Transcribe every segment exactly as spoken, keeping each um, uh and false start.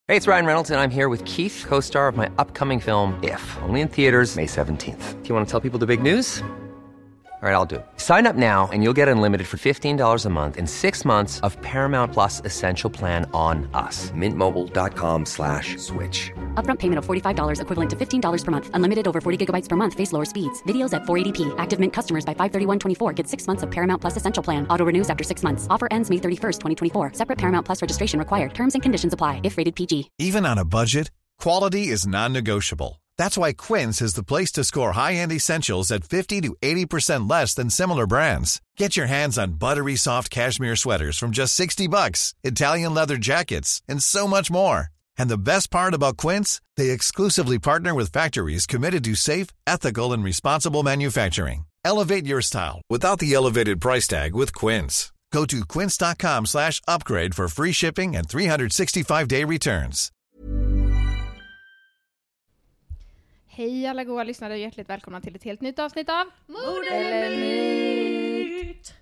Hey, it's Ryan Reynolds, and I'm here with Keith, co-star of my upcoming film, If, only in theaters May seventeenth. Do you want to tell people the big news? All right, I'll do it. Sign up now and you'll get unlimited for fifteen dollars a month and six months of Paramount Plus Essential Plan on us. Mint Mobile dot com slash switch. Upfront payment of forty-five dollars equivalent to fifteen dollars per month. Unlimited over forty gigabytes per month. Face lower speeds. Videos at four eighty p. Active Mint customers by five thirty-one twenty-four get six months of Paramount Plus Essential Plan. Auto renews after six months. Offer ends May thirty-first, twenty twenty-four. Separate Paramount Plus registration required. Terms and conditions apply if rated P G. Even on a budget, quality is non-negotiable. That's why Quince is the place to score high-end essentials at fifty to eighty percent less than similar brands. Get your hands on buttery soft cashmere sweaters from just sixty bucks, Italian leather jackets, and so much more. And the best part about Quince, they exclusively partner with factories committed to safe, ethical, and responsible manufacturing. Elevate your style without the elevated price tag with Quince. Go to quince.com slash upgrade for free shipping and three sixty-five day returns. Hej alla goda lyssnare och hjärtligt välkomna till ett helt nytt avsnitt av Mord eller myt.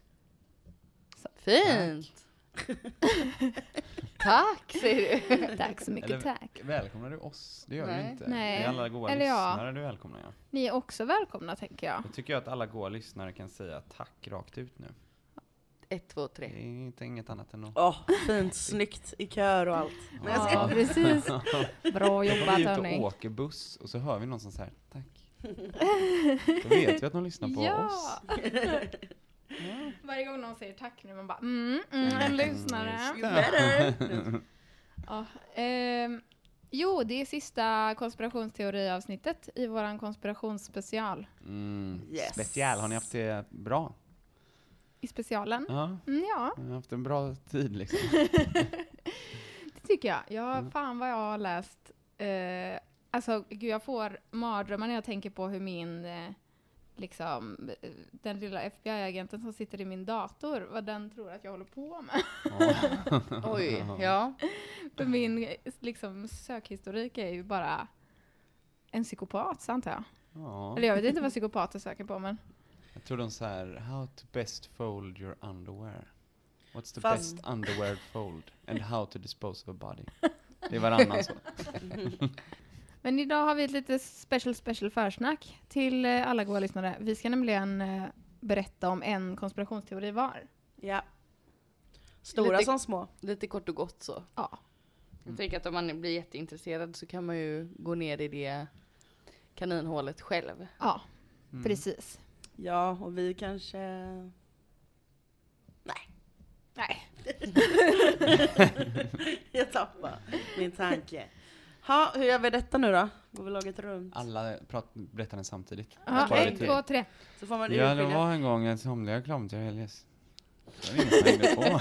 Fint. Tack, säger du. Tack så mycket, Eller, tack. Välkomnar du oss? Det gör Nej. du inte. Nej. Det är alla goda Eller ja. lyssnare du välkomnar. Ja. Ni är också välkomna, tänker jag. Jag tycker att alla goda lyssnare kan säga tack rakt ut nu. Ett, två, Det tre. är inte inget annat än att... Åh, oh, fint, snyggt i kör och allt. Nej, jag ska- Ja, precis. Bra Vi jobbat, är ute hörni. och åker buss och så hör vi någon som säger tack. Då vet vi att de lyssnar på Ja. oss. Varje gång någon säger tack nu, man bara mm, mm, en lyssnare. Ja, ehm, jo, det är sista konspirationsteoriavsnittet i våran konspirationsspecial. Mm. Yes. Special, har ni haft det bra? I specialen. Ja, Mm, ja, jag har haft en bra tid liksom. det tycker jag. Ja, Mm. fan vad jag har läst. Eh, alltså, gud, jag får mardrömmar när jag tänker på hur min, eh, liksom, eh, den lilla F B I-agenten som sitter i min dator, vad den tror att jag håller på med. Oj, ja. För min, eh, liksom, sökhistorik är ju bara en psykopat, antar jag. Ja. Eller jag vet inte vad psykopater söker på, men... Jag tror de så här, how to best fold your underwear. What's the Fast- best underwear fold? And how to dispose of a body. Det är varannan så. Men idag har vi ett lite special special försnack till eh, alla goda lyssnare. Vi ska nämligen eh, berätta om en konspirationsteori var. Ja. Stora Lite- som små. Lite kort och gott så. Ja. Jag tänker att om man blir jätteintresserad så kan man ju gå ner i det kaninhålet själv. Ja, Mm. precis. Ja, och vi kanske... Nej. Jag tappar min tanke. Ha, hur gör vi detta nu då? Går vi laget runt? Alla prat, berättar den samtidigt. Ja, Sparar vi ett, tid. två, tre. Så får man Ja, det urskilja. var en gång en somlig reklam till Helges. Det var ingen som hängde på.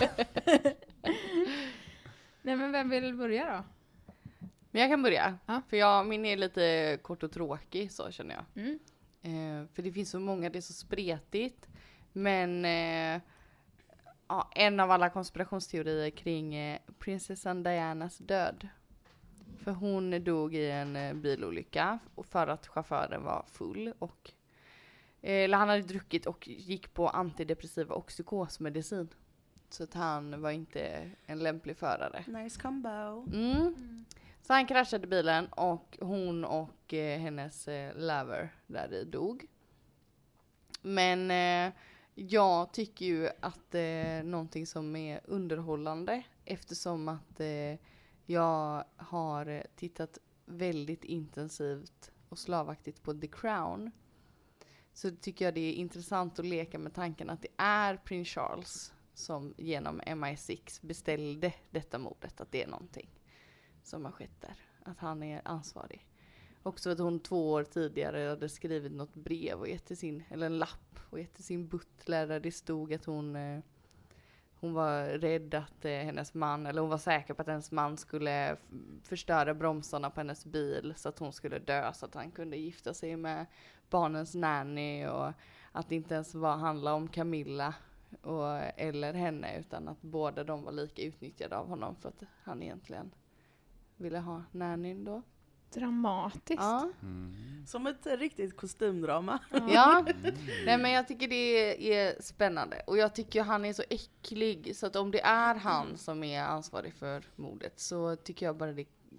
Nej, men vem vill börja då? Men jag kan börja. Ja. För jag, min är lite kort och tråkig så känner jag. Mm. Eh, för det finns så många, det är så spretigt. Men eh, ja, en av alla konspirationsteorier kring eh, prinsessan Dianas död. För hon dog i en eh, bilolycka och för att chauffören var full. Och, eh, eller han hade druckit och gick på antidepressiva och psykosmedicin. Så att han var inte en lämplig förare. Nice combo. Mm. Så han kraschade bilen och hon och eh, hennes eh, lover där i dog. Men eh, jag tycker ju att det är någonting som är underhållande eftersom att eh, jag har tittat väldigt intensivt och slavaktigt på The Crown. Så tycker jag det är intressant att leka med tanken att det är prins Charles som genom M I sex beställde detta mordet, att det är någonting som har skett där. Att han är ansvarig. Också att hon två år tidigare hade skrivit något brev och gett till sin, eller en lapp och gett till sin butler där det stod att hon, eh, hon var rädd att eh, hennes man, eller hon var säker på att hennes man skulle f- förstöra bromsarna på hennes bil så att hon skulle dö så att han kunde gifta sig med barnens nanny och att det inte ens var handla om Camilla och, eller henne utan att båda de var lika utnyttjade av honom för att han egentligen ville ha nannyn då. Dramatiskt. Ja. Mm. Som ett eh, riktigt kostymdrama. Ja, nej men jag tycker det är spännande och jag tycker han är så äcklig så att om det är han som är ansvarig för mordet så tycker jag bara det är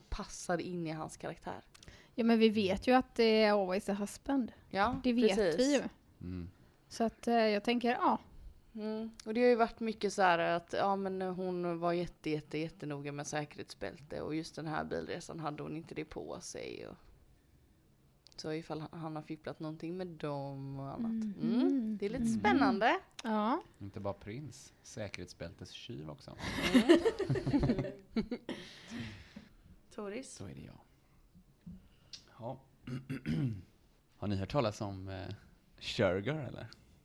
passar in i hans karaktär. Ja, men vi vet ju att det är always a husband. Ja, Det vet precis. vi ju. Mm. Så att eh, jag tänker, ja. Mm. Och det har ju varit mycket så här att ja, men hon var jätte, jätte, jättenoga med säkerhetsbälte och just den här bilresan hade hon inte det på sig. Och så ifall han, han har fipplat någonting med dem och annat. Mm. Det är lite spännande. Ja. Inte bara prins, säkerhetsbältestjuv också. Toris. Så är det jag. Ja. Har ni hört talas om eh, Shergar eller?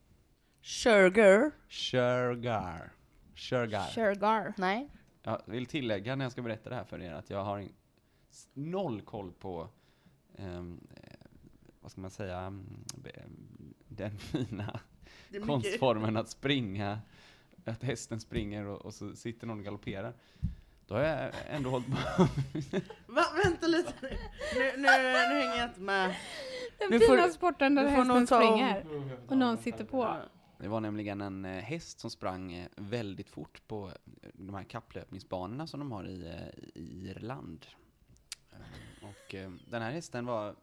Sugar. Shergar. Shergar. Shergar. Nej. Jag vill tillägga när jag ska berätta det här för er att jag har en s- noll koll på ehm, eh, vad ska man säga mm, be- den fina Det är mycket. konstformen att springa, att hästen springer och, och så sitter någon och galopperar. Då har jag ändå hållit på. Va? Vänta lite. Nu, nu, nu hänger jag inte med. Den Nu fina får- sporten där nu får någon hästen ta om- springer och någon sitter på. Det var nämligen en eh, häst som sprang eh, väldigt fort på eh, de här kapplöpningsbanorna som de har i, eh, i Irland. Eh, och eh, den här hästen var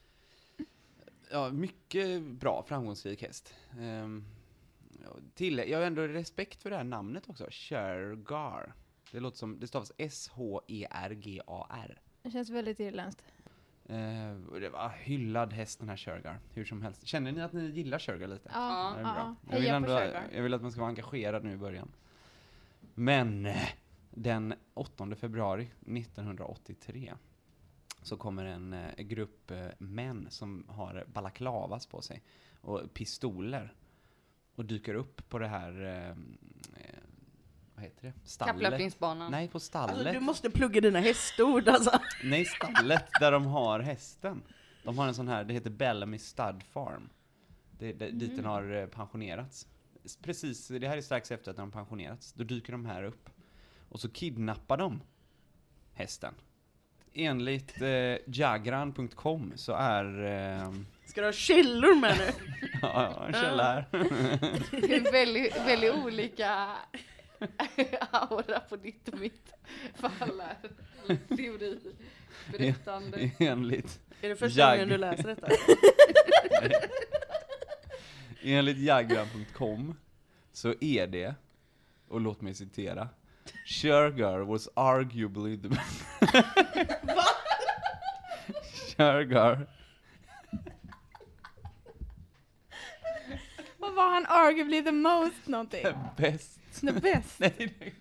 ja, mycket bra, framgångsrik häst. Eh, till, jag har ändå respekt för det här namnet också, Shergar. Det låter som, det stavas S H E R G A R. Det känns väldigt irländskt. Eh, och det var hyllad häst den här Shergar, hur som helst. Känner ni att ni gillar Shergar lite? Ja, Det är ja, bra. ja. Jag vill, Heja på ändå, Shergar. jag vill att man ska vara engagerad nu i början. Men eh, den åttonde februari nittonhundraåttiotre så kommer en eh, grupp eh, män som har balaklavas på sig och pistoler och dyker upp på det här eh, eh, vad heter det? Stallet. Kapplöpningsbanan. Nej, på stallet. Alltså, du måste plugga dina hästord alltså. Nej, stallet där de har hästen. De har en sån här, det heter Bellamy Stud Farm. Det, det, dit den har eh, pensionerats. S- Precis, det här är strax efter att den har pensionerats. Då dyker de här upp. Och så kidnappar de hästen. Enligt eh, jagran punkt com så är... Eh, Ska du ha källor med nu? ja, ja, en källa här. Det är väldigt, väldigt olika aura på ditt och mitt fall här. Teori, berättande. Enligt, Är det första Jag- gången du läser detta? enligt jagran punkt com så är det, och låt mig citera, Shergar was arguably the... Va? Shergar Vad var han arguably the most någonting? bäst. The best. Nej, det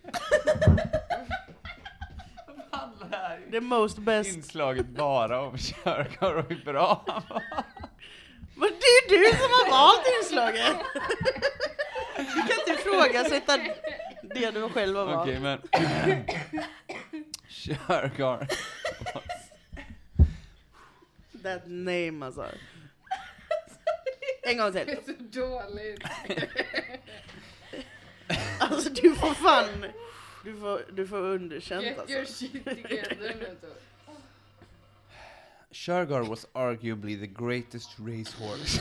Vad handlar det här The most best. inslaget bara om Shergar och hur bra han var. Men det är du som har valt inslaget! Du kan inte ifrågasätta det du själv har valt. Okej, men Shergar That name alltså. En gång till. Det är så dåligt. Alltså du får fan... Du får, du får underkänt Get alltså. your shit together nu då. Shergar was arguably the greatest racehorse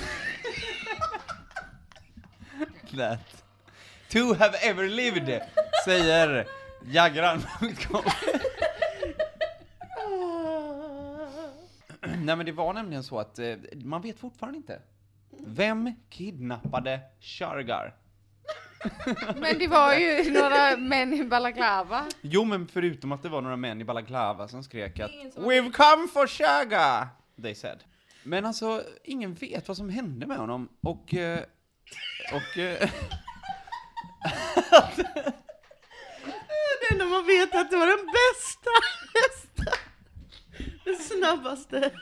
that to have ever lived, säger jagran punkt com. Nej, men det var nämligen så att eh, man vet fortfarande inte. Vem kidnappade Shergar? Men det var ju några män i balaklava. Jo, men förutom att det var några män i balaklava som skrek att ingen som- We've come for Shergar, they said. Men alltså, ingen vet vad som hände med honom. Och... eh, och... eh, Det enda man vet är att det var den bästa hästen. Den snabbaste.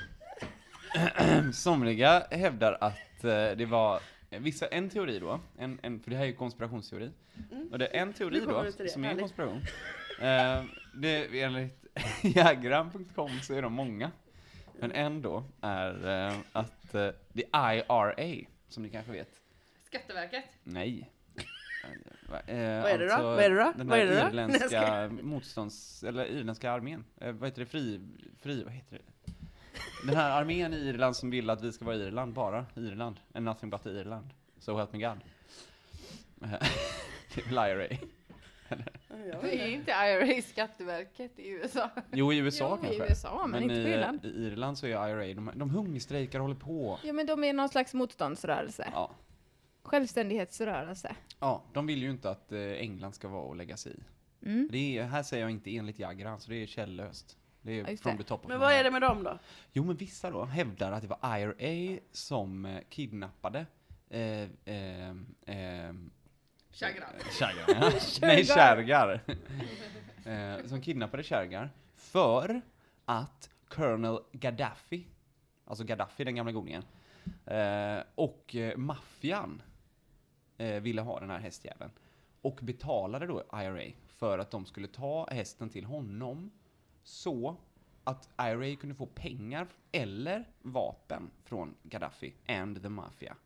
somliga hävdar att eh, det var... Vissa, en teori då, en, en, för det här är ju konspirationsteori. Och det är en teori Nu kommer då, vi till det, som är en härligt. konspiration. Eh, det, enligt jagran punkt com så är de många. Men en då är eh, att eh, the I R A, som ni kanske vet. Skatteverket. Nej. Eh, Vad är det då? alltså, Vad är det då? Den Vad är det här då? irländska motstånds... Eller irländska armén. Eh, vad heter det? Fri... Fri... Vad heter det? Den här armén i Irland som vill att vi ska vara Irland, bara Irland. And nothing but Irland. So help me God. Eh, det är väl I R A. Det är inte I R A Skatteverket i U S A. Jo, i U S A Jo, kanske. i U S A, men inte på i, Irland. i Irland så är I R A, de, de hungerstrejkar håller på. Ja, men de är någon slags motståndsrörelse. Ja. Självständighetsrörelse. Ja, de vill ju inte att eh, England ska vara och lägga sig i. Mm. Det är, här säger jag inte enligt Jagran, så det är källöst. Det är Ja, just from det. the top of Men my vad är head. det med dem då? Jo, men vissa då hävdar att det var I R A som eh, kidnappade eh, eh, eh, Chagrin. Chagrin, ja. Nej, Shergar. eh, som kidnappade Shergar för att Colonel Gaddafi, alltså Gaddafi, den gamla godingen, eh, och eh, maffian eh, ville ha den här hästjäveln. Och betalade då I R A för att de skulle ta hästen till honom så att I R A kunde få pengar eller vapen från Gaddafi and the Mafia.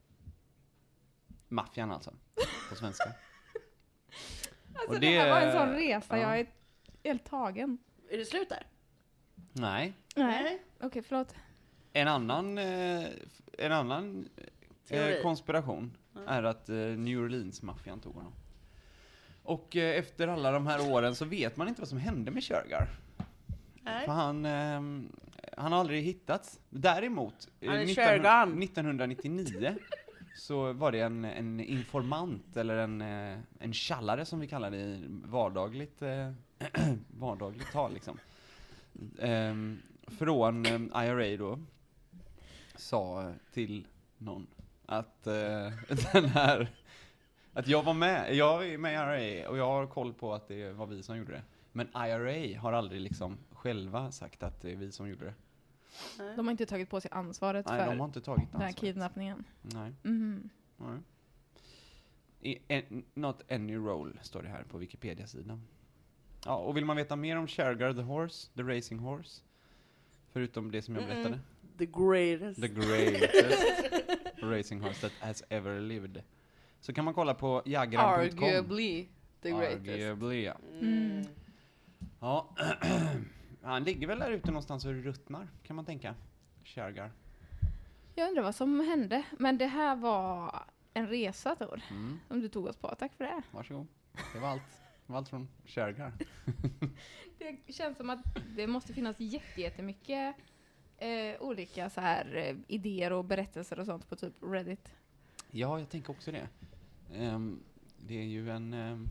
Maffian alltså, på svenska. Alltså Och det, det- här var en sån resa, ja. jag är helt tagen. Är det slut där? Nej. Nej. Okej, förlåt. En annan, eh, en annan Teori. eh, konspiration är att eh, New Orleans-maffian tog honom. Och eh, efter alla de här åren så vet man inte vad som hände med Shergar. Nej. För han, eh, han har aldrig hittats. Däremot, eh, Han är nitton- Shergar. nittonhundranittionio så var det en, en informant eller en, eh, en tjallare som vi kallar det i vardagligt, eh, vardagligt tal liksom. Ehm, från eh, I R A då sa till någon att eh, den här att jag var med, jag är med i I R A och jag har koll på att det var vi som gjorde det. Men I R A har aldrig liksom själva sagt att det är vi som gjorde det. De har inte tagit på sig ansvaret Nej, för de har inte tagit den här ansvaret. kidnappningen. Nej. Mhm. Nej. I, en, not any role står det här på Wikipedia-sidan. Ja, och vill man veta mer om Shergar the Horse, the racing horse, förutom det som jag Mm-mm. berättade, The greatest. the greatest racing horse that has ever lived, så kan man kolla på jagran punkt com. Arguably the greatest. Arguably, ja. Mm. Ja, han ligger väl där ute någonstans och ruttnar, kan man tänka. Shergar. Jag undrar vad som hände, men det här var en resa, Tor, Mm, som du tog oss på. Tack för det. varsågod. Det var allt. Det var allt från Shergar. Det känns som att det måste finnas jätte- jättemycket eh, olika så här, eh, idéer och berättelser och sånt på typ Reddit. Ja, jag tänker också det. Ehm, det är ju en... ehm,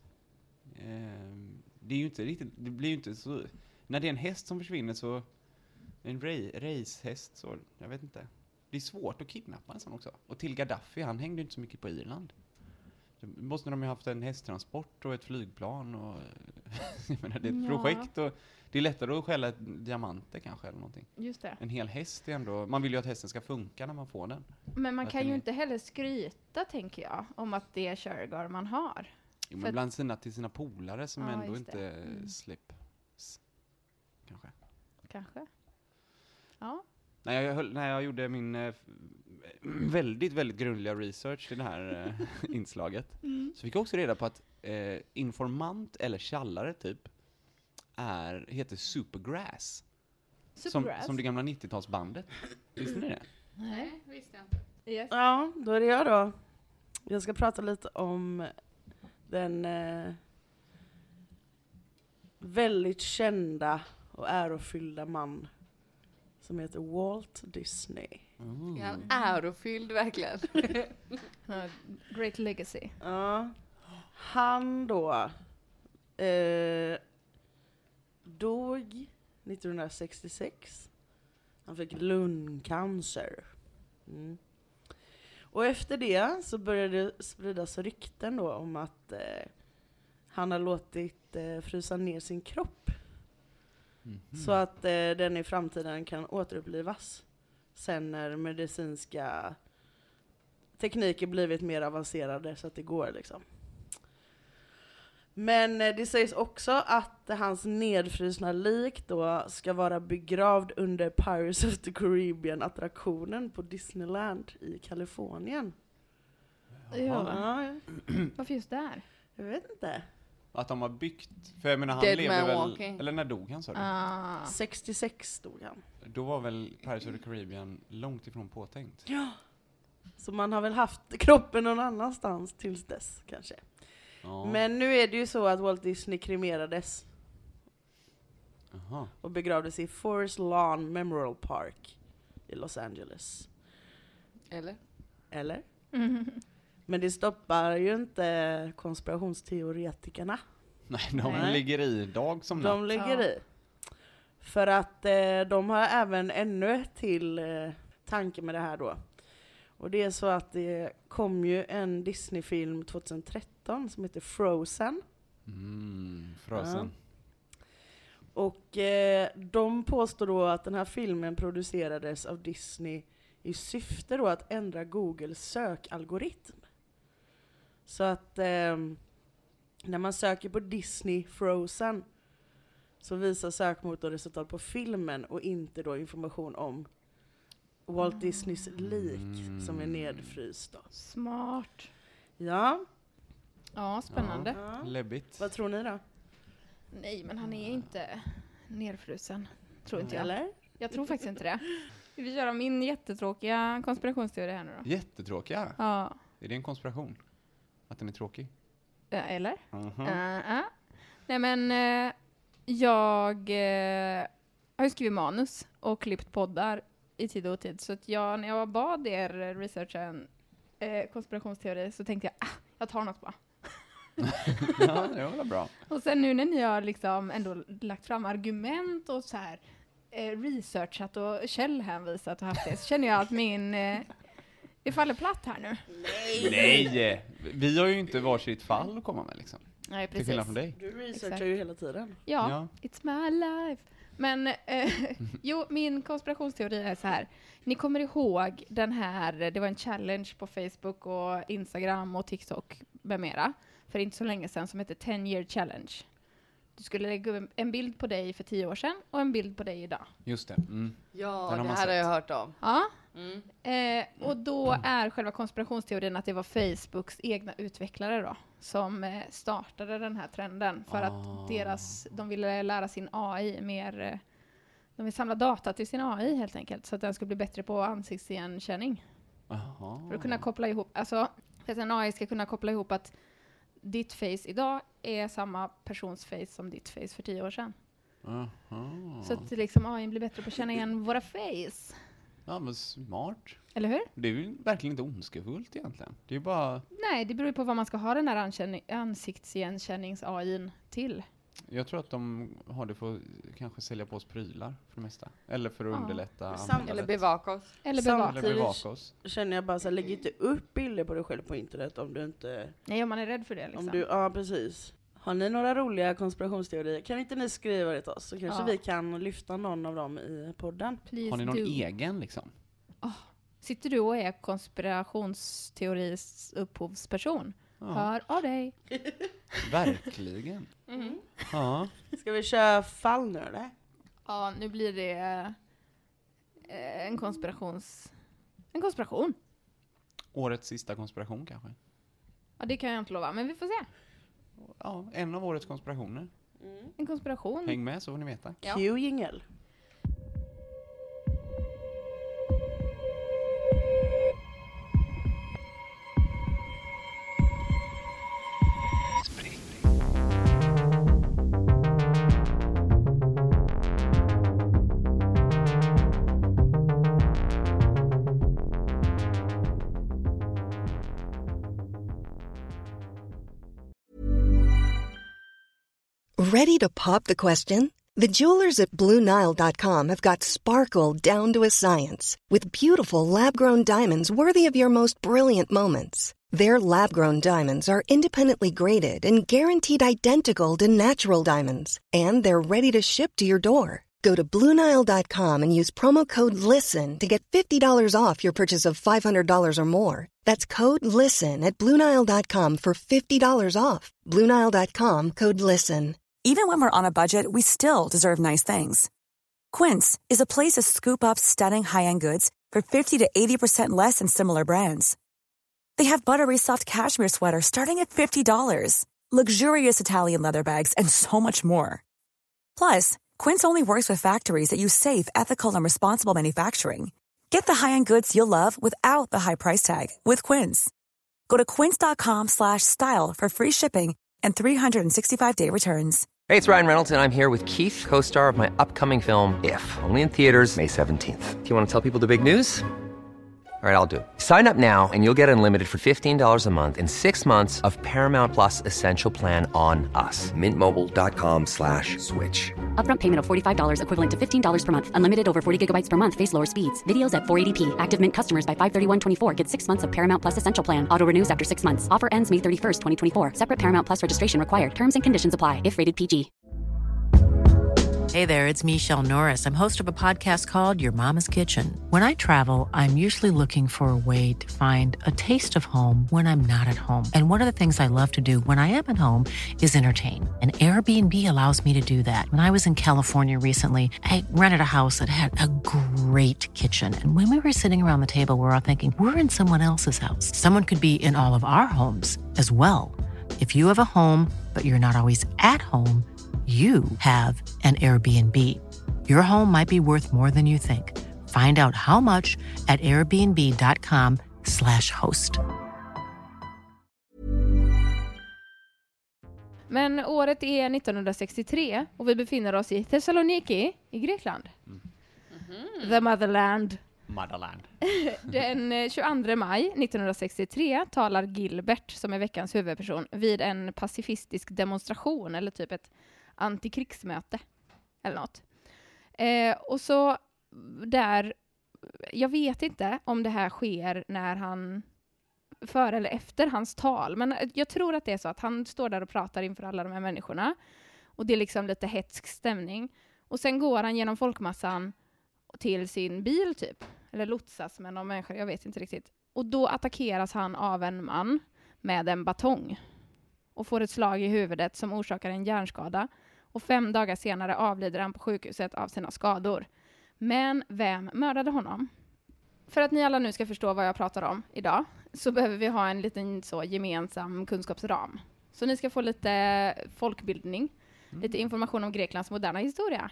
ehm, det är ju inte riktigt... Det blir ju inte så... När det är en häst som försvinner så... En ra- racehäst så... Jag vet inte. Det är svårt att kidnappa en sån också. Och till Gaddafi, han hängde ju inte så mycket på Irland. Då måste de ju haft en hästtransport och ett flygplan och... jag menar, det är ett Ja. projekt och... Det är lättare att stjäla diamanter kanske eller någonting. Just det. En hel häst är ändå... Man vill ju att hästen ska funka när man får den. Men man Att kan den ju är- inte heller skryta, tänker jag, om att det är Shergar man har. Jo, För men att- bland sina, till sina polare som Ja, ändå just inte det. Mm. slips. Kanske. Kanske. Ja. När jag, höll, när jag gjorde min eh, f- väldigt, väldigt grundliga research i det här eh, inslaget Mm. så fick jag också reda på att eh, informant eller tjallare typ är, heter Supergrass. Som, Supergrass. som det gamla nittiotalsbandet. Visste ni det? Nej, visste jag inte. Yes. Ja, då är det jag då. Jag ska prata lite om den eh, väldigt kända och ärofyllda man som heter Walt Disney. Mm. Är han ärofylld verkligen? Uh, Great Legacy. Ja. Han då eh, dog nittonhundrasextiosex. Han fick lungcancer. Mm. Och efter det så började det spridas rykten då om att eh, han har låtit eh, frysa ner sin kropp. Mhm. Så att eh, den i framtiden kan återupplivas. Sen när medicinska tekniker blivit mer avancerade så att det går liksom. Men eh, det sägs också att hans nedfrusna lik då ska vara begravd under Pirates of the Caribbean-attraktionen på Disneyland i Kalifornien. Ja. Ja, Varför just där? jag vet inte. Att de har byggt, för jag menar han Dead levde Man väl, Walking. eller när dog han sa du? Ah. sextiosex stod han. Då var väl Pirates of the Caribbean långt ifrån påtänkt. Ja. Så man har väl haft kroppen någon annanstans tills dess kanske. Ja. Men nu är det ju så att Walt Disney kremerades Aha. och begravdes i Forest Lawn Memorial Park i Los Angeles. Eller? Eller? Mm. Men det stoppar ju inte konspirationsteoretikerna. Nej, de Nej. ligger i dag som De natt. ligger Ja. i. För att eh, de har även ännu ett till eh, tanke med det här då. Och det är så att det kom ju en Disney-film tjugohundratretton som heter Frozen. Mm, Frozen. Och eh, de påstår då att den här filmen producerades av Disney i syfte då att ändra Googles sökalgoritm. Så att eh, när man söker på Disney Frozen så visar sökmotorresultat på filmen och inte då information om Walt Disneys lik Mm. som är nedfryst då. Smart. Ja, Ja, spännande. ja. Läbbigt. Vad tror ni då? Nej, men han är inte nerfrusen. Tror inte jag. Eller? Jag tror faktiskt inte det. Ska vi köra min jättetråkiga konspirationsteori här nu då? Jättetråkiga. Ja. Är det en konspiration? Att den är tråkig? Eh, Eller? Mhm. Uh, uh. Nej men eh, jag eh, har ju skrivit manus och klippt poddar i tid och otid. Så att jag, när jag bad er researcha en eh, konspirationsteori så tänkte jag, ah, jag tar något bara. Ja, det var väl bra. Och sen nu när ni har liksom ändå lagt fram argument och så här eh, researchat och källhänvisat och haft det, så känner jag att min eh, det faller platt här nu. Nej! Vi har ju inte varsitt fall att komma med liksom. Nej, Till skillnad från precis. dig. Du researchar Exakt. ju hela tiden. Ja, Ja. it's my life. Men eh, jo, min konspirationsteori är så här. Ni kommer ihåg den här, det var en challenge på Facebook och Instagram och TikTok med mera. För inte så länge sedan som heter ten year challenge. Du skulle lägga upp en bild på dig för tio år sedan och en bild på dig idag. Just det. Mm. Ja, Den har det man här sett. har jag hört om. Ja. Mm. Eh, och då är själva konspirationsteorin att det var Facebooks egna utvecklare då som eh, startade den här trenden för Ah. att deras, de ville lära sin A I mer, eh, de vill samla data till sin A I helt enkelt så att den ska bli bättre på ansiktsigenkänning. Aha. För att kunna koppla ihop, alltså för att en A I ska kunna koppla ihop att ditt face idag är samma persons face som ditt face för tio år sedan. Aha. Så att liksom A I blir bättre på att känna igen våra face. Ja, men smart. Eller hur? Det är ju verkligen inte ondskefullt egentligen. Det är ju bara... Nej, det beror ju på vad man ska ha den här ankänning- ansiktsigenkännings-A I n-till. Jag tror att de har det för att kanske sälja på oss prylar för det mesta. Eller för att Ja. underlätta Sam- Eller användandet. bevaka oss. Eller Sam- bevaka. Eller bevaka oss. Känner jag bara så här, lägg inte upp bilder på dig själv på internet om du inte... Nej, om man är rädd för det liksom. Om du, ja, precis. Har ni några roliga konspirationsteorier? Kan inte ni skriva det till oss? Så kanske Ja. vi kan lyfta någon av dem i podden. Please Har ni någon do. egen liksom? Sitter du och är konspirationsteoris upphovsperson? Ja, Hör av dig. verkligen. Mm. Ja. Ska vi köra fall nu eller? Ja, nu blir det eh, en konspirations... En konspiration. Årets sista konspiration kanske? Ja, det kan jag inte lova, men vi får se. Ja, en av årets konspirationer. En konspiration. Häng med så får ni veta. Ja. Q-jingel. Ready to pop the question? The jewelers at Blue Nile dot com have got sparkle down to a science with beautiful lab-grown diamonds worthy of your most brilliant moments. Their lab-grown diamonds are independently graded and guaranteed identical to natural diamonds, and they're ready to ship to your door. Go to Blue Nile dot com and use promo code LISTEN to get fifty dollars off your purchase of five hundred dollars or more. That's code LISTEN at Blue Nile dot com for fifty dollars off. Blue Nile dot com, code LISTEN. Even when we're on a budget, we still deserve nice things. Quince is a place to scoop up stunning high-end goods for fifty to eighty percent less than similar brands. They have buttery soft cashmere sweaters starting at fifty dollars, luxurious Italian leather bags, and so much more. Plus, Quince only works with factories that use safe, ethical, and responsible manufacturing. Get the high-end goods you'll love without the high price tag with Quince. Go to quince.com slash style for free shipping and three sixty-five day returns. Hey, it's Ryan Reynolds, and I'm here with Keith, co-star of my upcoming film, If, only in theaters May seventeenth. Do you want to tell people the big news? All right, I'll do it. Sign up now and you'll get unlimited for fifteen dollars a month and six months of Paramount Plus Essential Plan on us. Mint Mobile dot com slash switch. Upfront payment of forty-five dollars equivalent to fifteen dollars per month. Unlimited over forty gigabytes per month. Face lower speeds. Videos at four eighty p. Active Mint customers by five thirty-one twenty-four get six months of Paramount Plus Essential Plan. Auto renews after six months. Offer ends May thirty-first, twenty twenty-four. Separate Paramount Plus registration required. Terms and conditions apply if rated P G. Hey there, it's Michelle Norris. I'm host of a podcast called Your Mama's Kitchen. When I travel, I'm usually looking for a way to find a taste of home when I'm not at home. And one of the things I love to do when I am at home is entertain. And Airbnb allows me to do that. When I was in California recently, I rented a house that had a great kitchen. And when we were sitting around the table, we were all thinking, we're in someone else's house. Someone could be in all of our homes as well. If you have a home, but you're not always at home, you have an Airbnb. Your home might be worth more than you think. Find out how much at airbnb.com slash host. Men året är nittonhundrasextiotre och vi befinner oss i Thessaloniki i Grekland. Mm. Mm-hmm. The motherland. Motherland. Den tjugoandra maj nittonhundrasextiotre talar Gilbert, som är veckans huvudperson, vid en pacifistisk demonstration eller typ ett antikrigsmöte eller något. Eh, och så där, jag vet inte om det här sker när han, före eller efter hans tal, men jag tror att det är så att han står där och pratar inför alla de här människorna och det är liksom lite hetsk stämning. Och sen går han genom folkmassan till sin bil typ, eller lotsas med någon människa, jag vet inte riktigt. Och då attackeras han av en man med en batong och får ett slag i huvudet som orsakar en hjärnskada. Och fem dagar senare avlider han på sjukhuset av sina skador. Men vem mördade honom? För att ni alla nu ska förstå vad jag pratar om idag så behöver vi ha en liten så gemensam kunskapsram. Så ni ska få lite folkbildning, mm. lite information om Greklands moderna historia.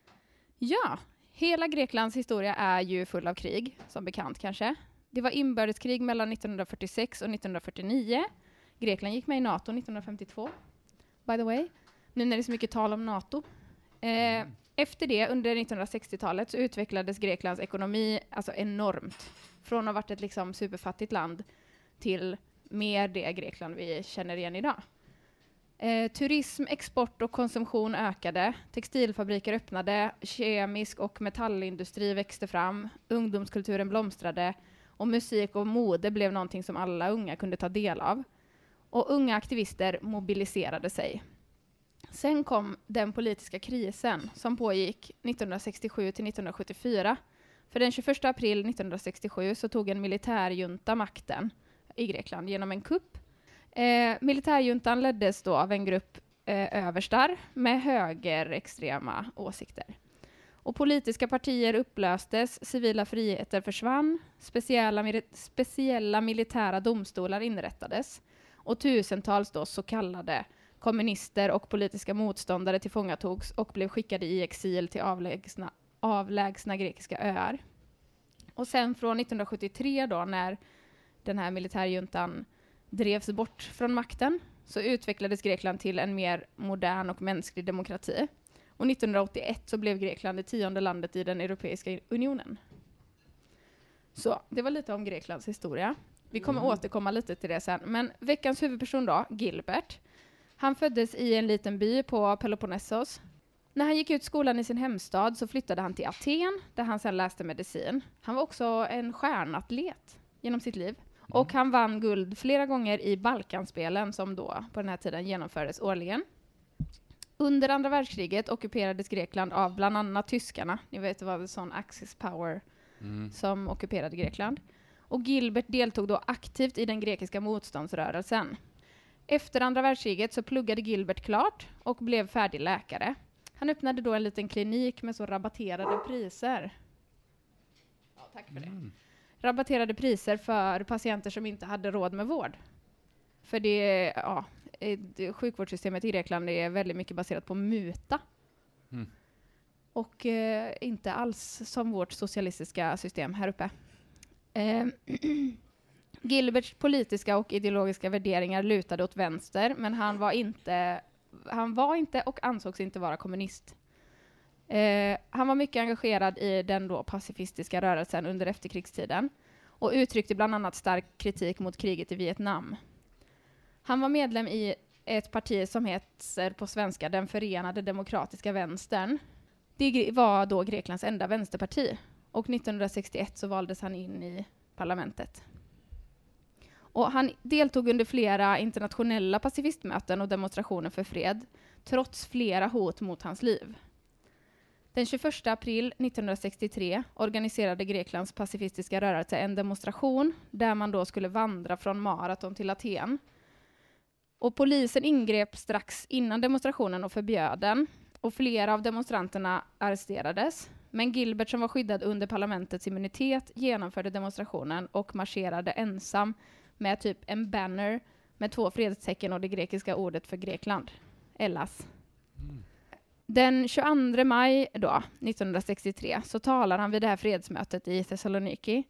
Ja, hela Greklands historia är ju full av krig, som bekant kanske. Det var inbördeskrig mellan nittonhundrafyrtiosex och nittonhundrafyrtionio. Grekland gick med i NATO nittonhundrafemtiotvå, by the way. Nu när det är så mycket tal om NATO. Eh, efter det, under nittonhundrasextiotalet, så utvecklades Greklands ekonomi alltså enormt. Från att ha varit ett liksom superfattigt land till mer det Grekland vi känner igen idag. Eh, turism, export och konsumtion ökade. Textilfabriker öppnade. Kemisk och metallindustri växte fram. Ungdomskulturen blomstrade. Och musik och mode blev någonting som alla unga kunde ta del av. Och unga aktivister mobiliserade sig. Sen kom den politiska krisen som pågick nittonhundrasextiosju till nittonhundrasjuttiofyra. För den tjugoförsta april nittonhundrasextiosju så tog en militärjunta makten i Grekland genom en kupp. Eh, militärjuntan leddes då av en grupp eh, överstar med högerextrema åsikter. Och politiska partier upplöstes, civila friheter försvann, speciella, mili- speciella militära domstolar inrättades och tusentals då så kallade kommunister och politiska motståndare tillfångatogs och blev skickade i exil till avlägsna, avlägsna grekiska öar. Och sen från nittonhundrasjuttiotre då, när den här militärjuntan drevs bort från makten, så utvecklades Grekland till en mer modern och mänsklig demokrati. Och nittonhundraåttioett så blev Grekland det tionde landet i den Europeiska unionen. Så det var lite om Greklands historia. Vi kommer mm. återkomma lite till det sen. Men veckans huvudperson då, Gilbert. Han föddes i en liten by på Peloponnesos. När han gick ut skolan i sin hemstad så flyttade han till Aten, där han sedan läste medicin. Han var också en stjärnatlet genom sitt liv. Mm. Och han vann guld flera gånger i Balkanspelen som då på den här tiden genomfördes årligen. Under andra världskriget ockuperades Grekland av bland annat tyskarna. Ni vet, det var en sån Axis power mm. som ockuperade Grekland. Och Gilbert deltog då aktivt i den grekiska motståndsrörelsen. Efter andra världskriget så pluggade Gilbert klart och blev färdig läkare. Han öppnade då en liten klinik med så rabatterade priser. Ja, tack för det. Mm. Rabatterade priser för patienter som inte hade råd med vård. För det, ja, det, sjukvårdssystemet i Grekland är väldigt mycket baserat på muta. Mm. Och eh, inte alls som vårt socialistiska system här uppe. Eh, Gilberts politiska och ideologiska värderingar lutade åt vänster, men han var inte, han var inte och ansågs inte vara kommunist. Eh, han var mycket engagerad i den då pacifistiska rörelsen under efterkrigstiden och uttryckte bland annat stark kritik mot kriget i Vietnam. Han var medlem i ett parti som heter på svenska Den förenade demokratiska vänstern. Det var då Greklands enda vänsterparti och nittonhundrasextioett så valdes han in i parlamentet. Och han deltog under flera internationella pacifistmöten och demonstrationer för fred, trots flera hot mot hans liv. Den tjugoförsta april nittonhundrasextiotre organiserade Greklands pacifistiska rörelse en demonstration där man då skulle vandra från Marathon till Aten. Och polisen ingrep strax innan demonstrationen och förbjöd den. Och flera av demonstranterna arresterades. Men Gilbert, som var skyddad under parlamentets immunitet, genomförde demonstrationen och marscherade ensam med typ en banner med två fredstecken och det grekiska ordet för Grekland, Hellas. Mm. Den tjugoandra maj då, nittonhundrasextiotre så talar han vid det här fredsmötet i Thessaloniki.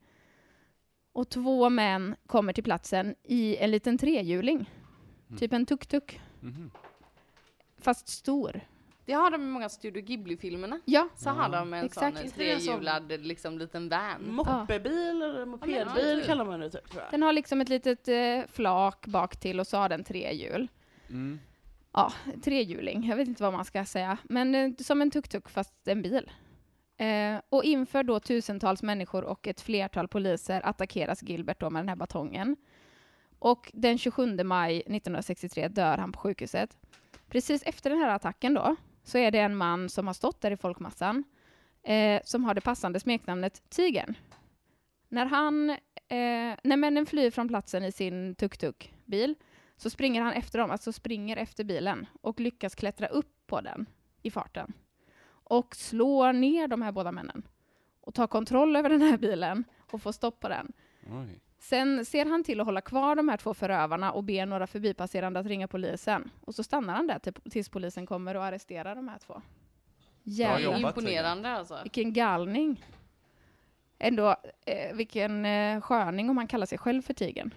Och två män kommer till platsen i en liten trehjuling. Mm. Typ en tuk-tuk. Mm. Fast stor. Det har de i många Studio Ghibli-filmerna. Ja. Så ja. Har de en Exakt. sån en trehjulad liksom, liten van. Moppebil eller mopedbil ja, kallar man det typ, tror jag. Den har liksom ett litet eh, flak bak till och så har den tre hjul. Mm. Ja, trehjuling. Jag vet inte vad man ska säga. Men eh, som en tuk-tuk fast en bil. Eh, och inför då tusentals människor och ett flertal poliser attackeras Gilbert då med den här batongen. Och den tjugosjunde maj nittonhundrasextiotre dör han på sjukhuset. Precis efter den här attacken då så är det en man som har stått där i folkmassan eh, som har det passande smeknamnet Tigern. När han, eh, när männen flyr från platsen i sin tuk-tuk-bil så springer han efter dem, alltså springer efter bilen och lyckas klättra upp på den i farten. Och slår ner de här båda männen och tar kontroll över den här bilen och får stopp på den. Oj. Sen ser han till att hålla kvar de här två förövarna och ber några förbipasserande att ringa polisen. Och så stannar han där till, tills polisen kommer och arresterar de här två. Jävla imponerande alltså. Vilken galning. Ändå, eh, vilken eh, sköning om man kallar sig själv för Tigern.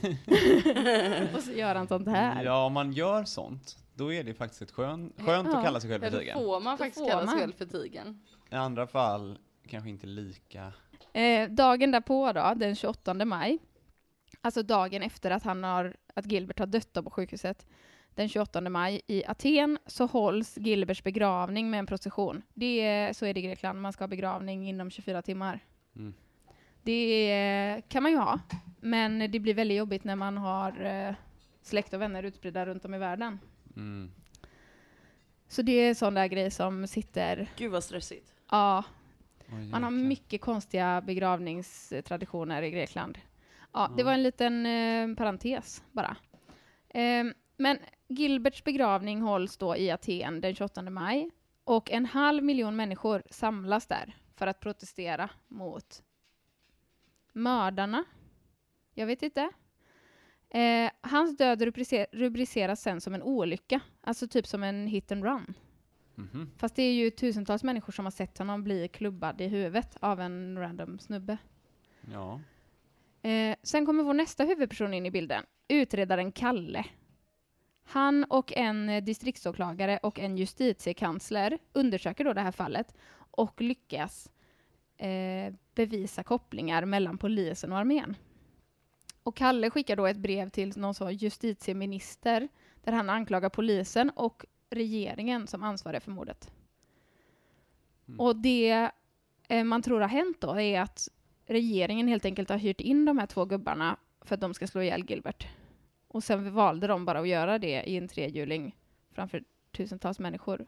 Och så gör han sånt här. Ja, om man gör sånt, då är det faktiskt ett skön, skönt ja. att kalla sig själv för Tigern. Då får man faktiskt får kalla man. sig själv för Tigern. I andra fall kanske inte lika... Eh, dagen därpå då, den tjugoåttonde maj, alltså dagen efter att han har, att Gilbert har dött på sjukhuset, den tjugoåttonde maj i Aten så hålls Gilberts begravning med en procession. Det är, så är det i Grekland, man ska ha begravning inom tjugofyra timmar. Mm. Det är, kan man ju ha, men det blir väldigt jobbigt när man har eh, släkt och vänner utspridda runt om i världen. Mm. Så det är sån där grej som sitter... Gud vad stressigt. Ja. Oh, man har mycket konstiga begravningstraditioner i Grekland. Ja, mm. Det var en liten eh, parentes bara. Eh, men Gilberts begravning hålls då i Aten den tjugoåttonde maj. Och en halv miljon människor samlas där för att protestera mot mördarna. Jag vet inte. Eh, hans död rubricer- rubriceras sen som en olycka. Alltså typ som en hit and run. Mm-hmm. Fast det är ju tusentals människor som har sett honom bli klubbad i huvudet av en random snubbe. Ja. Eh, sen kommer vår nästa huvudperson in i bilden. Utredaren Kalle. Han och en distriktsåklagare och en justitiekansler undersöker då det här fallet och lyckas eh, bevisa kopplingar mellan polisen och armén. Och Kalle skickar då ett brev till någon sån justitieminister där han anklagar polisen och regeringen som ansvarig för mordet. Mm. Och det eh, man tror har hänt då är att regeringen helt enkelt har hyrt in de här två gubbarna för att de ska slå ihjäl Gilbert. Och sen valde de bara att göra det i en trehjuling framför tusentals människor.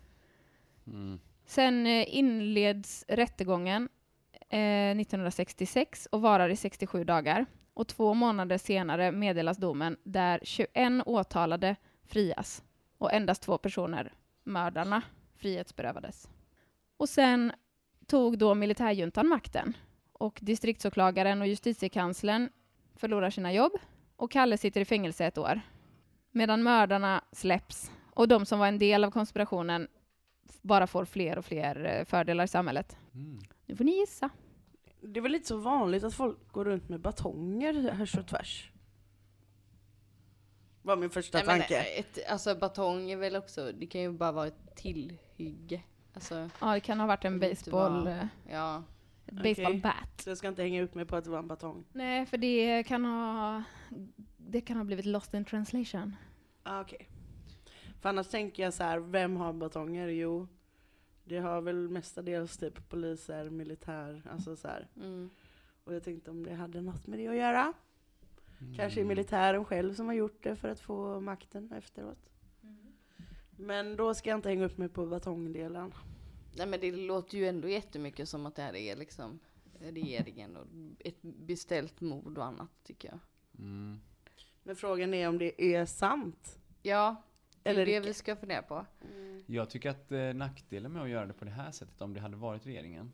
Mm. Sen eh, inleds rättegången eh, nittonhundrasextiosex och varar i sextiosju dagar. Och två månader senare meddelas domen där tjugoett åtalade frias. Och endast två personer, mördarna, frihetsberövades. Och sen tog då militärjuntan makten. Och distriktsåklagaren och justitiekanslern förlorar sina jobb. Och Kalle sitter i fängelse ett år. Medan mördarna släpps. Och de som var en del av konspirationen bara får fler och fler fördelar i samhället. Mm. Nu får ni gissa. det är väl inte så vanligt att folk går runt med batonger här så tvärs. Var min första Nej, tanke. Men, ett, alltså batong är väl också, det kan ju bara vara ett tillhygge. Alltså, Ja, det kan ha varit en det inte baseball, vara- ja. ett baseball Okej. bat. Så jag ska inte hänga upp mig på att det var en batong. Nej, för det kan ha det kan ha blivit lost in translation. Ah, okej. För annars tänker jag så här, vem har batonger? Jo, det har väl mestadels typ poliser, militär, alltså så här. Mm. Och jag tänkte om det hade något med det att göra. Mm. Kanske är militären själv som har gjort det för att få makten efteråt. Men då ska jag inte hänga upp mig på batongdelen. Nej, men det låter ju ändå jättemycket som att det här är liksom regeringen och ett beställt mord och annat, tycker jag. Mm. Men frågan är om det är sant. Ja, det är Eller det icke. vi ska fundera på. Jag tycker att eh, nackdelen med att göra det på det här sättet, om det hade varit regeringen,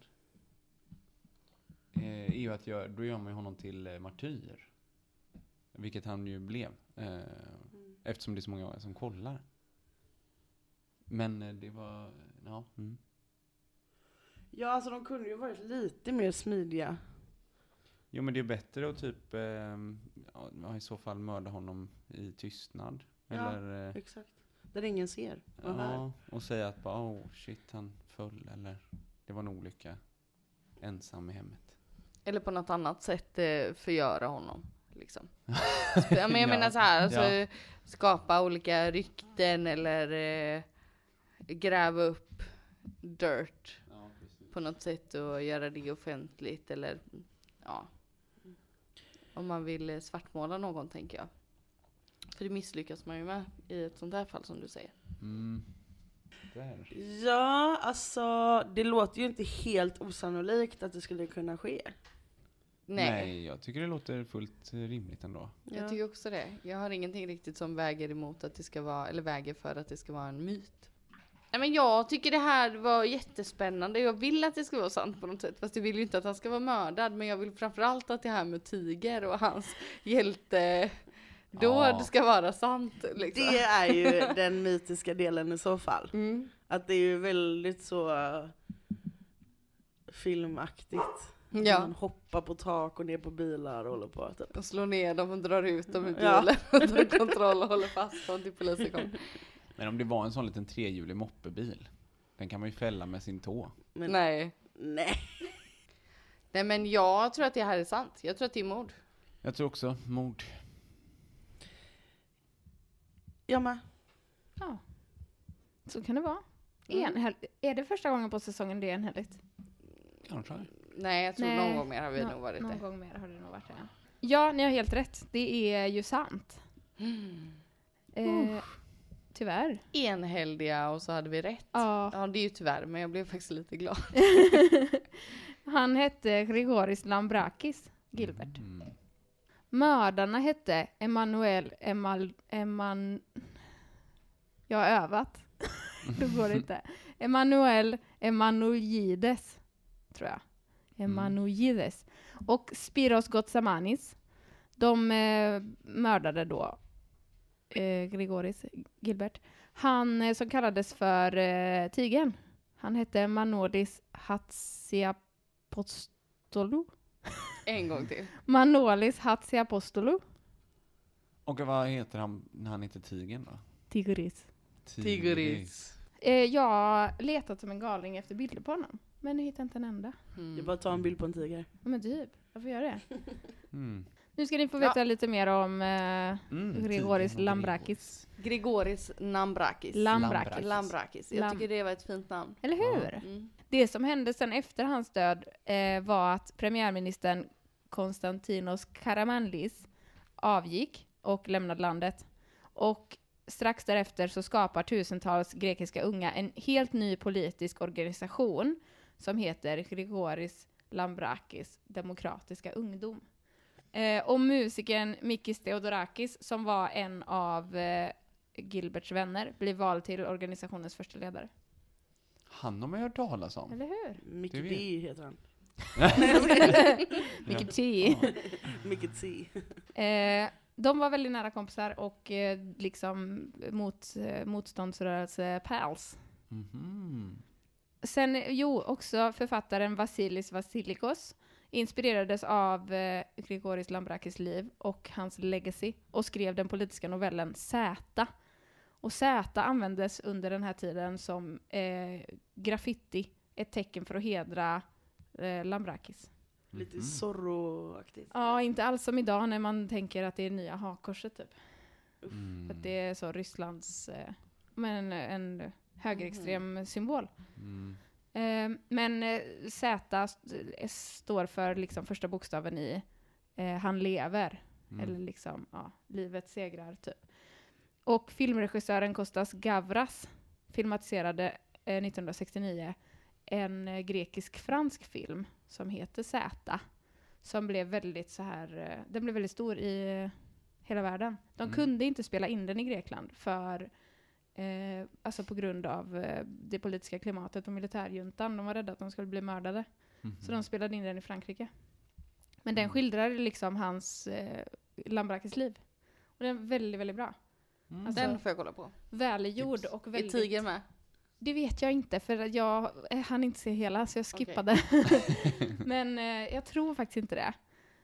eh, är ju att gör, då gör man ju honom till eh, martyr. Vilket han ju blev. Eh, Eftersom det är så många som kollar. Men eh, det var, ja. Mm. Ja, alltså de kunde ju varit lite mer smidiga. Jo, men det är bättre att typ eh, ja, i så fall mörda honom i tystnad. Ja. Eller, eh, Exakt. Där ingen ser. Och här. ja, och säga att bara, oh shit, han föll. Eller det var en olycka. Ensam i hemmet. Eller på något annat sätt eh, förgöra honom. Liksom. Ja, men jag Ja. menar så här, alltså, Ja. skapa olika rykten eller eh, gräva upp dirt Ja, precis. på något sätt och göra det offentligt eller ja. Om man vill eh, svartmåla någon, tänker jag. För det misslyckas man ju med i ett sånt här fall som du säger. Mm. Där. Ja, alltså det låter ju inte helt osannolikt att det skulle kunna ske. Nej, Nej, jag tycker det låter fullt eh, rimligt ändå. jag tycker också det. Jag har ingenting riktigt som väger emot att det ska vara, eller väger för att det ska vara en myt. Nej, men jag tycker det här var jättespännande. Jag vill att det ska vara sant på något sätt. Fast jag vill ju inte att han ska vara mördad. Men jag vill framförallt att det här med Tiger och hans hjälte dåd Ja. ska vara sant. Liksom. Det är ju den mytiska delen i så fall. Mm. Att det är ju väldigt så uh, filmaktigt. Ja. Man hoppar på tak och ner på bilar och håller på. Typ. Och slår ner dem och drar ut dem ur Ja. bilen. Och tar kontroll och håller fast dem till polisen kommer. Men om det var en sån liten trehjulig moppebil, den kan man ju fälla med sin tå. Men, Nej. nej. Nej, men jag tror att det här är sant. Jag tror att det är mord. Jag tror också mord. Jag med. Ja. Så kan det vara. Mm. Enhäll- är det första gången på säsongen det är enhälligt? Kanske. Nej, jag tror Nej. någon gång mer har vi Nå- nog varit någon det. gång mer har det nog varit det. Ja, ni har helt rätt. Det är ju sant. Mm. Eh, tyvärr. Enhälliga och så hade vi rätt. Ja. Ja, det är ju tyvärr, men jag blev faktiskt lite glad. Han hette Grigoris Lambrakis Gilbert. Mm. Mördarna hette Emanuel Emal... Eman... Jag har övat. Då går det inte. Emanuel Emanuelides, tror jag. Emanuelides. Och Spiros Gotsamanis. De eh, mördade då eh, Grigoris Gilbert. Han eh, som kallades för eh, Tigern. Han hette Manolis Hatsiapostolou. En gång till. Manolis Hatsiapostolou. Och vad heter han när han heter Tigern då? Tigris. Tigris. Eh, jag har letat som en galning efter bilder på honom. Men jag hittar inte en enda. Mm. Jag bara tar en bild på en tiger. Ja, men typ, jag får göra det. Mm. Nu ska ni få veta Ja. lite mer om eh, Mm, Grigoris Tigern och Lambrakis. Grigoris Lambrakis. Lambrakis. Lambrakis. Jag Lam- tycker det var ett fint namn. Eller hur? Mm. Det som hände sen efter hans död eh, var att premiärministern Konstantinos Karamanlis avgick och lämnade landet. Och strax därefter så skapar tusentals grekiska unga en helt ny politisk organisation som heter Grigoris Lambrakis Demokratiska ungdom. Eh, och musikern Mikis Theodorakis, som var en av eh, Gilberts vänner, blir vald till organisationens första ledare. Han har man hört talas om. Eller hur? Mickey Det D vet. heter han. Mycket T. Mickey C. Eh, de var väldigt nära kompisar och eh, liksom mot, eh, motståndsrörelse pals. Mhm. Sen, jo, också författaren Vasilis Vasilikos inspirerades av eh, Grigoris Lambrakis liv och hans legacy och skrev den politiska novellen Z. Och Z användes under den här tiden som eh, graffiti, ett tecken för att hedra eh, Lambrakis. Lite Zorro-aktigt. Ja, inte alls som idag när man tänker att det är nya hakkorset typ. Mm. För att det är så Rysslands eh, men en högerextrem mm. symbol. Mm. Eh, men eh, Z st- står för liksom första bokstaven i eh, han lever. Mm. Eller liksom, ja, livet segrar typ. Och filmregissören Kostas Gavras filmatiserade eh, nittonhundrasextionio en eh, grekisk-fransk film som heter Z. Som blev väldigt så här, eh, den blev väldigt stor i eh, hela världen. De Mm. kunde inte spela in den i Grekland för eh, alltså på grund av eh, det politiska klimatet och militärjuntan. De var rädda att de skulle bli mördade. Mm. Så de spelade in den i Frankrike. Men den skildrar liksom hans eh, Lambrakis liv. Och den är väldigt, väldigt bra. Mm. Alltså, Den får jag kolla på. välgjord Tips. och Är väldigt... Tiger med? Det vet jag inte, för jag eh, hann inte se hela, så jag skippade. Men eh, jag tror faktiskt inte det.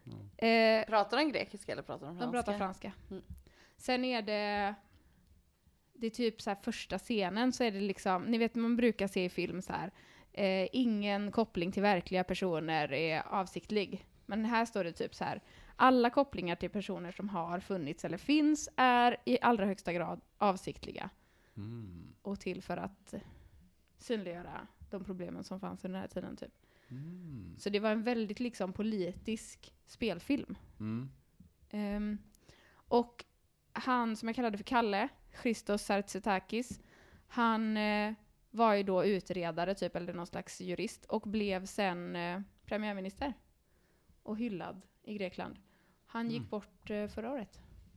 Eh, Pratar den grekiska eller pratar de de franska? pratar franska. Mm. Sen är det... Det är typ så här första scenen, så är det liksom... Ni vet, man brukar se i film så här... Eh, ingen koppling till verkliga personer är avsiktlig. Men här står det typ så här... Alla kopplingar till personer som har funnits eller finns är i allra högsta grad avsiktliga. Mm. Och till för att synliggöra de problemen som fanns under den här tiden typ. Mm. Så det var en väldigt liksom politisk spelfilm. Mm. Um, och han som jag kallade för Kalle, Christos Sartsetakis, han eh, var ju då utredare typ, eller någon slags jurist, och blev sen eh, premiärminister och hyllad i Grekland. Han gick Mm. bort eh, förra året.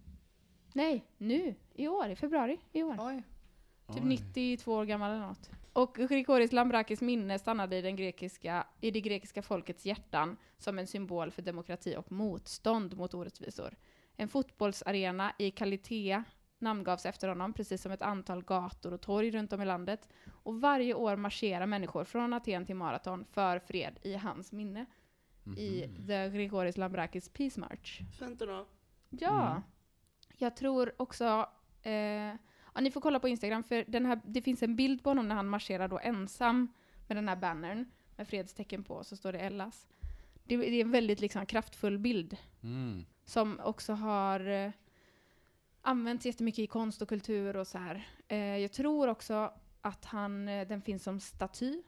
Nej, nu, i år, i februari i år. Oj. Typ Oj. nittiotvå år gammal eller något. Och Grigoris Lambrakis minne stannade i, den grekiska, i det grekiska folkets hjärtan som en symbol för demokrati och motstånd mot orättvisor. En fotbollsarena i Kalitea namngavs efter honom, precis som ett antal gator och torg runt om i landet. Och varje år marscherar människor från Aten till Marathon för fred i hans minne. Mhm. I The Grigoris Lambrakis Peace March. Fint ändå. Ja, Mm. jag tror också... Eh, ja, ni får kolla på Instagram, för den här, det finns en bild på honom när han marscherar då ensam med den här bannern med fredstecken på, så står det Ellas. Det, det är en väldigt liksom kraftfull bild Mm. som också har eh, använts jättemycket i konst och kultur och så här. Eh, jag tror också att han, eh, den finns som staty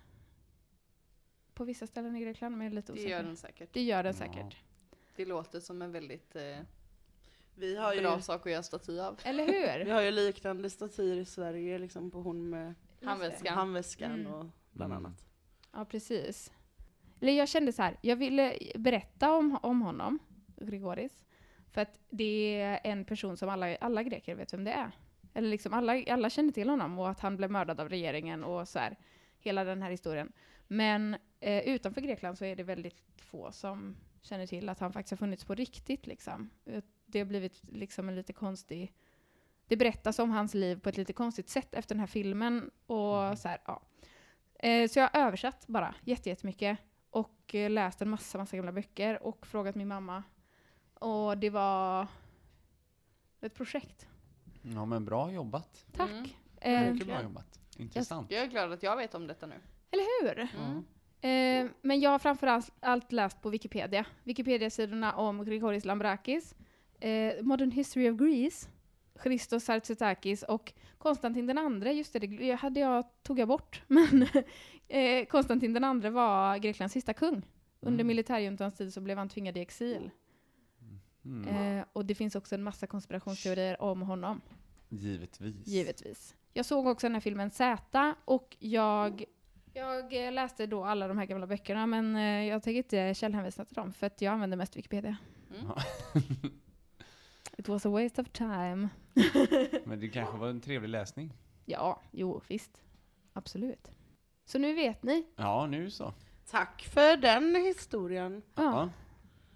på vissa ställen i Grekland, men jag är lite Det osäker. gör den säkert. Det gör den Ja. säkert. Det låter som en väldigt eh, Vi har ju, bra sak att göra staty av. Eller vi hur? har ju liknande statyer i Sverige, liksom på hon med Handväskan. handväskan Mm. och bland Mm. annat. Ja, precis. Eller jag kände så här, jag ville berätta om, om honom, Grigoris. För att det är en person som alla, alla greker vet vem det är. Eller liksom alla, alla känner till honom, och att han blev mördad av regeringen och så här. Hela den här historien. Men eh, utanför Grekland så är det väldigt få som känner till att han faktiskt har funnits på riktigt. Liksom. Det har blivit liksom en lite konstig... Det berättas om hans liv på ett lite konstigt sätt efter den här filmen. Och Mm. så här, ja. Eh, så jag har översatt bara jätte- jättemycket. Och eh, läst en massa, massa gamla böcker. Och frågat min mamma. Och det var ett projekt. Ja, men bra jobbat. Tack. Mm. Eh, Mycket bra jobbat. Intressant. Jag är glad att jag vet om detta nu. eller hur? Mm. Eh, men jag har framförallt allt läst på Wikipedia. Wikipedia-sidorna om Grigoris Lambrakis, eh, Modern History of Greece, Christos Sartsetakis och Konstantin den andre. Just det, det hade jag, tog jag bort. Men eh, Konstantin den andre var Greklands sista kung. Under Mm. militärjuntans tid så blev han tvingad i exil. Mm. Eh, och det finns också en massa konspirationsteorier om honom. Givetvis. Givetvis. Jag såg också den här filmen Z, och jag, jag eh, läste då alla de här gamla böckerna, men eh, jag tänker inte källhänvisa till dem, för att jag använder mest Wikipedia. Mm. Ja. It was a waste of time. Men det kanske var en trevlig läsning. Ja, jo, visst. Absolut. Så nu vet ni. Ja, nu så. Tack för den historien. Ja, Ja. en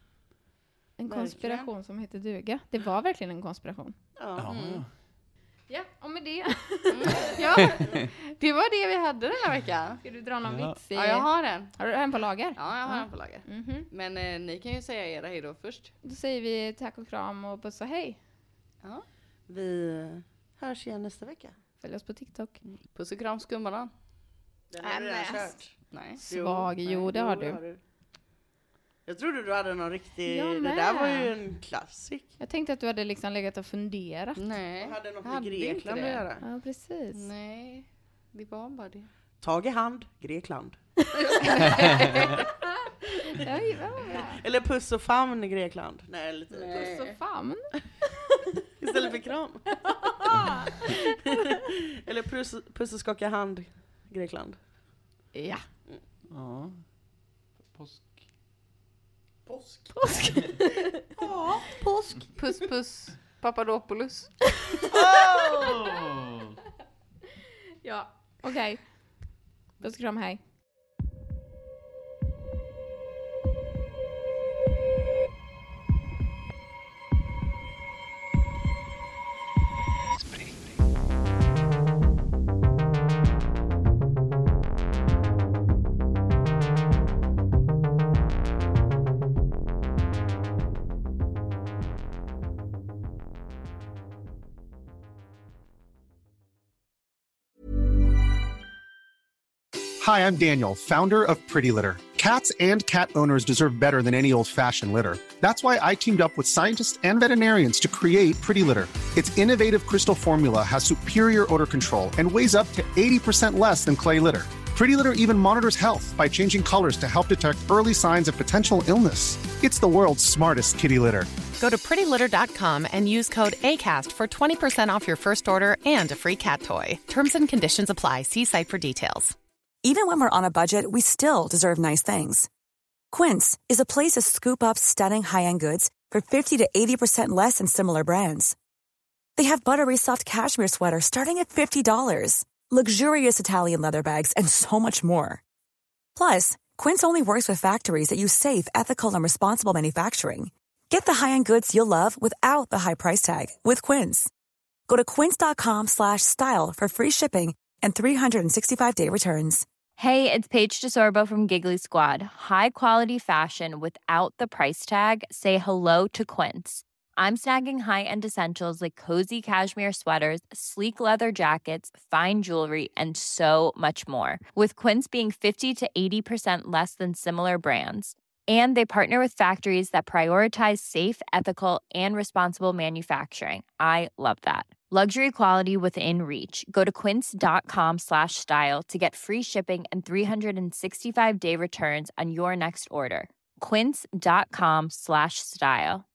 verkligen. konspiration som heter duga. Det var verkligen en konspiration. Ja. Ja. Mm. Ja, och med det. Ja, det var det vi hade den här veckan. Ska du dra någon Ja. vits? I... Ja, jag har en. Har du en på lager? Ja, jag har Ja. en på lager. Mhm. Men eh, ni kan ju säga era hej då först. Då säger vi tack och kram och puss och hej. Ja. Vi hörs igen nästa vecka. Följ oss på TikTok. Puss och kram skumbanan. Den har du redan Äh, kört. Nej. Svag, jo, det har du. Jag trodde du hade någon riktig... Jag Det med. där var ju en klassik. Jag tänkte att du hade liksom legat och funderat. Nej. Jag hade något jag med hade Grekland inte att det. göra. Ja, precis. Nej, det var bara det. Tag i hand, Grekland. Ja, det var bra. Eller puss och famn, Grekland. Nej, lite Puss och famn. istället för kram. Eller puss, puss och skaka hand, Grekland. Ja. Ja. Påsk. Påsk. Påsk. Ja, påsk. Puss puss Papadopoulos. Ja, okej. Puss och kram, hej. Hi, I'm Daniel, founder of Pretty Litter. Cats and cat owners deserve better than any old-fashioned litter. That's why I teamed up with scientists and veterinarians to create Pretty Litter. Its innovative crystal formula has superior odor control and weighs up to eighty percent less than clay litter. Pretty Litter even monitors health by changing colors to help detect early signs of potential illness. It's the world's smartest kitty litter. Go to pretty litter dot com and use code ACAST for twenty percent off your first order and a free cat toy. Terms and conditions apply. See site for details. Even when we're on a budget, we still deserve nice things. Quince is a place to scoop up stunning high-end goods for fifty to eighty percent less than similar brands. They have buttery soft cashmere sweaters starting at fifty dollars, luxurious Italian leather bags, and so much more. Plus, Quince only works with factories that use safe, ethical, and responsible manufacturing. Get the high-end goods you'll love without the high price tag with Quince. Go to quince dot com slash style for free shipping and three sixty-five day returns. Hey, it's Paige DeSorbo from Giggly Squad. High quality fashion without the price tag. Say hello to Quince. I'm snagging high-end essentials like cozy cashmere sweaters, sleek leather jackets, fine jewelry, and so much more. With Quince being fifty to eighty percent less than similar brands. And they partner with factories that prioritize safe, ethical, and responsible manufacturing. I love that. Luxury quality within reach. Go to quince dot com slash style to get free shipping and three sixty-five day returns on your next order. quince dot com slash style.